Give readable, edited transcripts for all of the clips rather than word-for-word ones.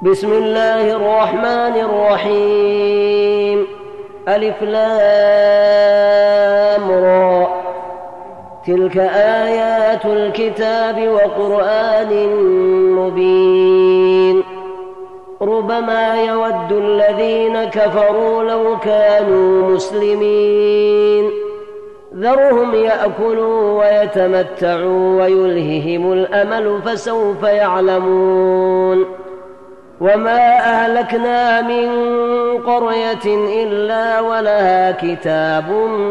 بسم الله الرحمن الرحيم. ألف لام را. تلك آيات الكتاب وقرآن مبين. ربما يود الذين كفروا لو كانوا مسلمين. ذرهم يأكلوا ويتمتعوا ويلههم الأمل فسوف يعلمون. وما أهلكنا من قرية إلا ولها كتاب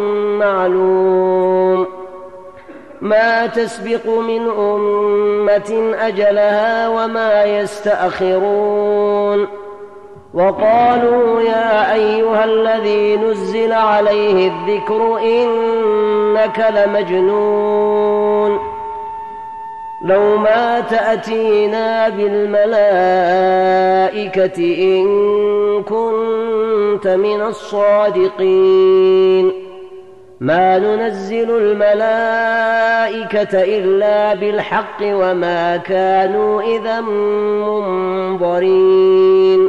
معلوم ما تسبق من أمة أجلها وما يستأخرون. وقالوا يا أيها الذي نزل عليه الذكر إنك لمجنون لو ما تأتينا بالملائكة إن كنت من الصادقين. ما ننزل الملائكة إلا بالحق وما كانوا إذا منظرين.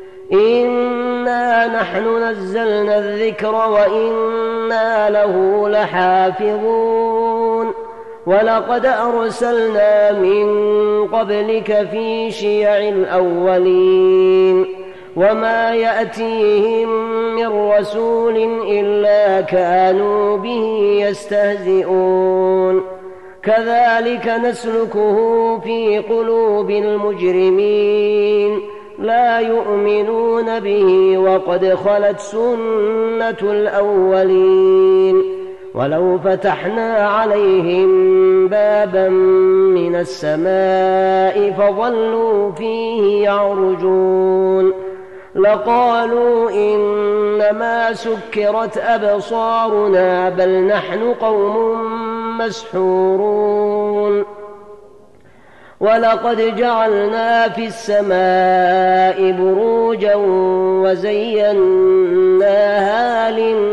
إنا نحن نزلنا الذكر وإنا له لحافظون. ولقد أرسلنا من قبلك في شيع الأولين وما يأتيهم من رسول إلا كانوا به يستهزئون. كذلك نسلكه في قلوب المجرمين لا يؤمنون به وقد خلت سنة الأولين. ولو فتحنا عليهم بابا من السماء فظلوا فيه يعرجون لقالوا إنما سكرت أبصارنا بل نحن قوم مسحورون. ولقد جعلنا في السماء بروجا وزيناها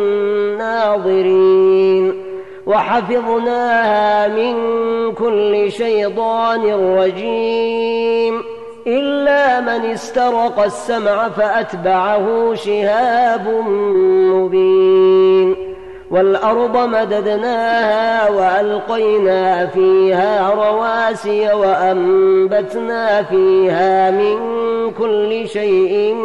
للناظرين وحفظناها من كل شيطان رجيم إلا من استرق السمع فأتبعه شهاب مبين. والأرض مددناها وألقينا فيها رواسي وأنبتنا فيها من كل شيء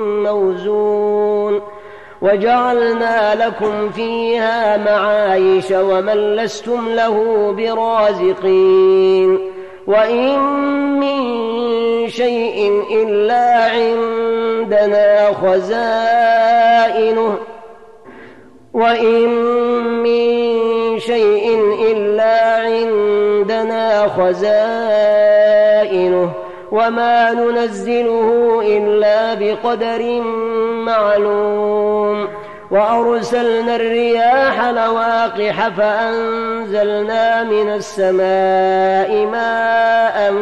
موزون وجعلنا لكم فيها معايش ومن لستم له برازقين. وإن من شيء إلا عندنا خزائنه وما ننزله إلا بقدر معلوم. وأرسلنا الرياح لواقح فأنزلنا من السماء ماء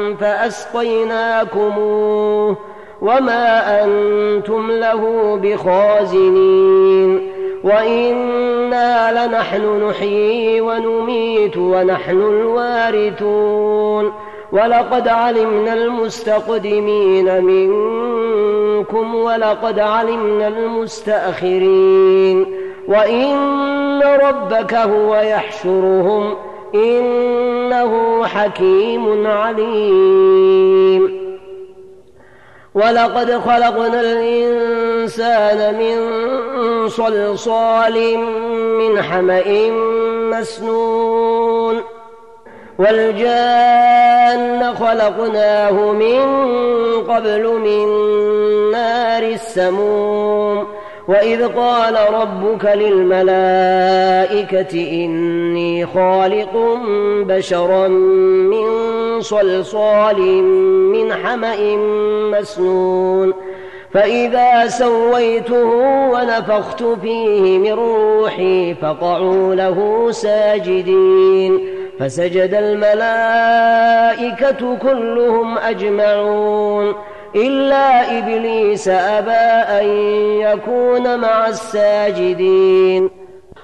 فأسقيناكموه وما أنتم له بخازنين. وإنا لنحن نحيي ونميت ونحن الوارثون. ولقد علمنا المستقدمين منكم ولقد علمنا المستأخرين. وإن ربك هو يحشرهم إنه حكيم عليم. ولقد خلقنا الإنسان من صلصال من حمأ مسنون والجان خلقناه من قبل من نار السموم. وإذ قال ربك للملائكة إني خالق بشرا من صلصال من حمأ مسنون فإذا سويته ونفخت فيه من روحي فقعوا له ساجدين. فسجد الملائكة كلهم أجمعون إلا إبليس أبى أن يكون مع الساجدين.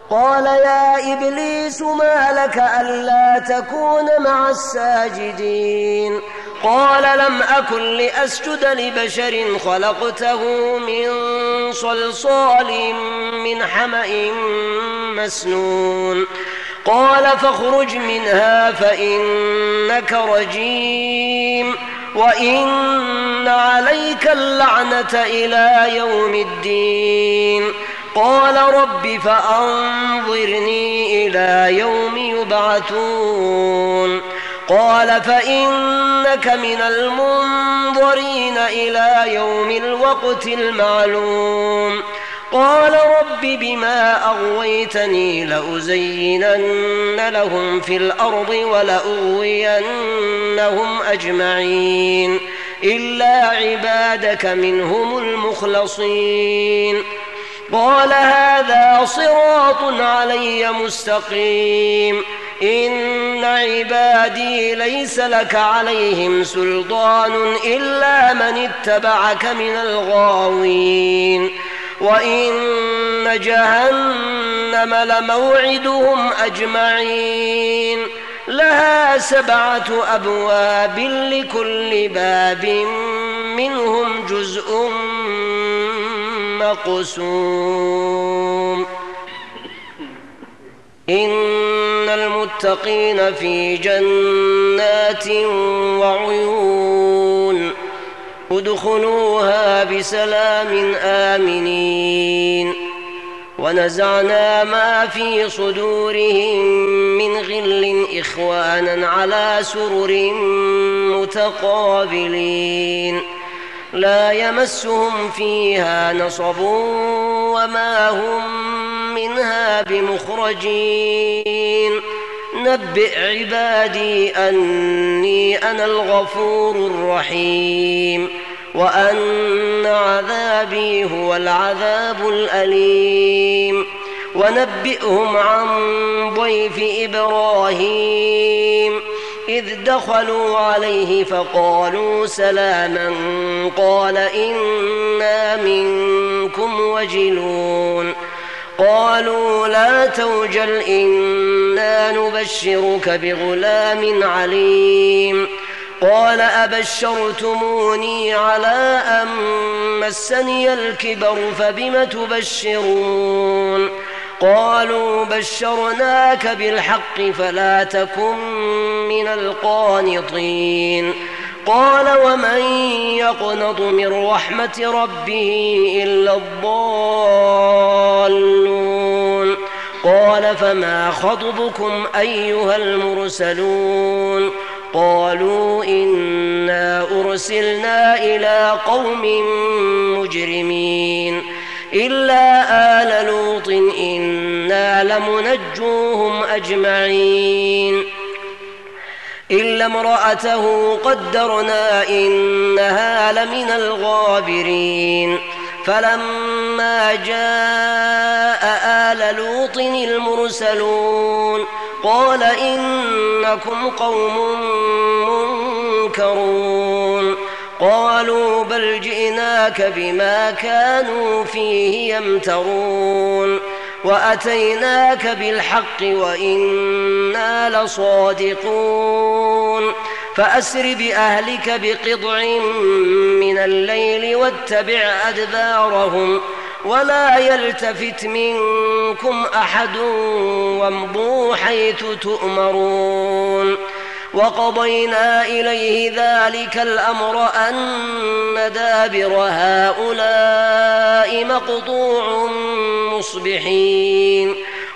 قال يا إبليس ما لك ألا تكون مع الساجدين قال لم أكن لأسجد لبشر خلقته من صلصال من حمأ مسنون قال فاخرج منها فإنك رجيم وإن عليك اللعنة إلى يوم الدين قال رب فأنظرني إلى يوم يبعثون قال فإنك من المنظرين إلى يوم الوقت المعلوم قال رب بما أغويتني لأزينن لهم في الأرض ولأغوينهم أجمعين إلا عبادك منهم المخلصين قال هذا صراط علي مستقيم إن عبادي ليس لك عليهم سلطان إلا من اتبعك من الغاوين وإن جهنم لموعدهم أجمعين لها 7 أبواب لكل باب منهم جزء مقسوم إن المتقين في جنات وعيون ادخلوها بسلام آمنين ونزعنا ما في صدورهم من غل إخوانا على سرر متقابلين لا يمسهم فيها نصب وما هم منها بمخرجين نبئ عبادي أني أنا الغفور الرحيم وأن عذابي هو العذاب الأليم ونبئهم عن ضيف إبراهيم إذ دخلوا عليه فقالوا سلاما قال إنا منكم وجلون قالوا لا توجل إنا نبشرك بغلام عليم قال أبشرتموني على أن مسني الكبر فبم تبشرون قالوا بشرناك بالحق فلا تكن من القانطين قال ومن يقنط من رحمة ربه إلا الضالون قال فما خطبكم أيها المرسلون قالوا إنا أرسلنا إلى قوم مجرمين إلا آل لوط إنا لمنجوهم أجمعين إلا امرأته قدرنا إنها لمن الغابرين فلما جاء آل لوط المرسلون قال إنكم قوم منكرون قالوا بل جئناك بما كانوا فيه يمترون وأتيناك بالحق وإنا لصادقون فأسر بأهلك بقطع من الليل واتبع أدبارهم ولا يلتفت منكم أحد وامضوا حيث تؤمرون وقضينا إليه ذلك الأمر أن دابر هؤلاء مقطوع مصبحين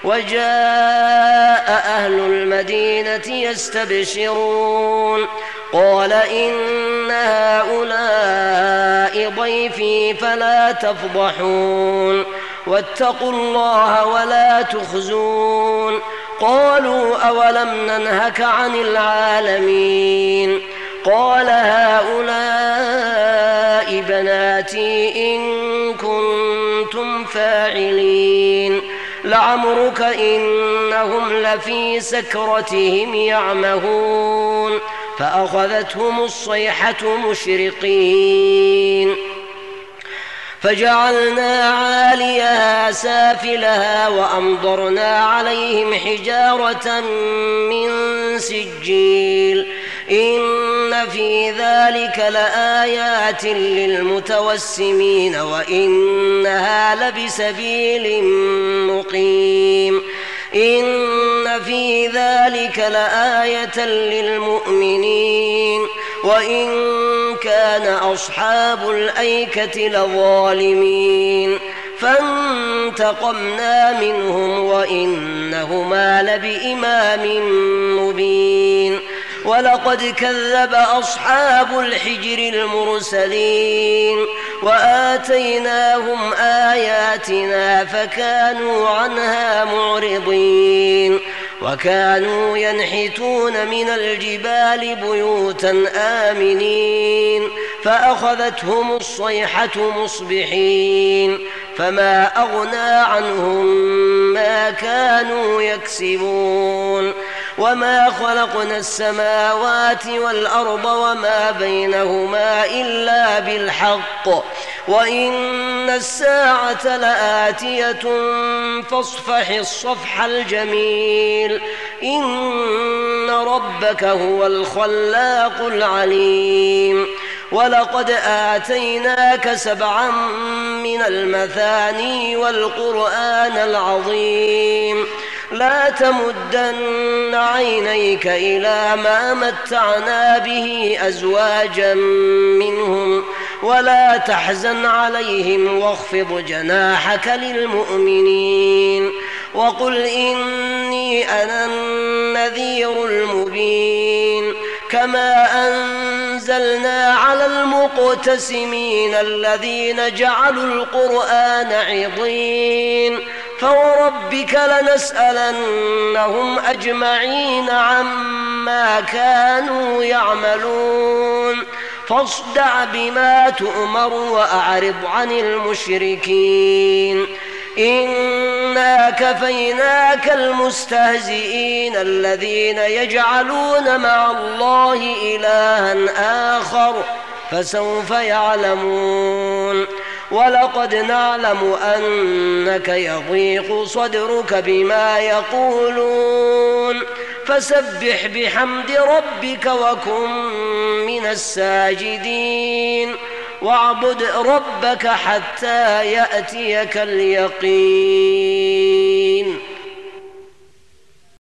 وجاء أهل المدينة يستبشرون قال إن هؤلاء ضيفي فلا تفضحون واتقوا الله ولا تخزون قالوا أولم ننهك عن العالمين قال هؤلاء بناتي إن كنتم فاعلين لعمرك إنهم لفي سكرتهم يعمهون فأخذتهم الصيحة مشرقين فجعلنا عاليها سافلها وأمطرنا عليهم حجارة من سجيل إن في ذلك لآيات للمتوسمين وإنها لبسبيل مقيم إن في ذلك لآية للمؤمنين وإن كان أصحاب الأيكة لظالمين فانتقمنا منهم وإنهما لبإمام مبين ولقد كذب أصحاب الحجر المرسلين وآتيناهم آياتنا فكانوا عنها معرضين وكانوا ينحتون من الجبال بيوتا آمنين فأخذتهم الصيحة مصبحين فما أغنى عنهم ما كانوا يكسبون وما خلقنا السماوات والأرض وما بينهما إلا بالحق وإن الساعة لآتية فاصفح الصفح الجميل إن ربك هو الخلاق العليم ولقد آتيناك 7 من المثاني والقرآن العظيم لا تمدن عينيك إلى ما متعنا به أزواجا منهم ولا تحزن عليهم واخفض جناحك للمؤمنين وقل إني أنا النذير المبين كما أنزلنا على المقتسمين الذين جعلوا القرآن عضين فوربك لنسألنهم أجمعين عما كانوا يعملون فاصدع بما تؤمر وأعرض عن المشركين إنا كفيناك المستهزئين الذين يجعلون مع الله إلها آخر فسوف يعلمون ولقد نعلم أنك يضيق صدرك بما يقولون فسبح بحمد ربك وكن من الساجدين واعبد ربك حتى يأتيك اليقين.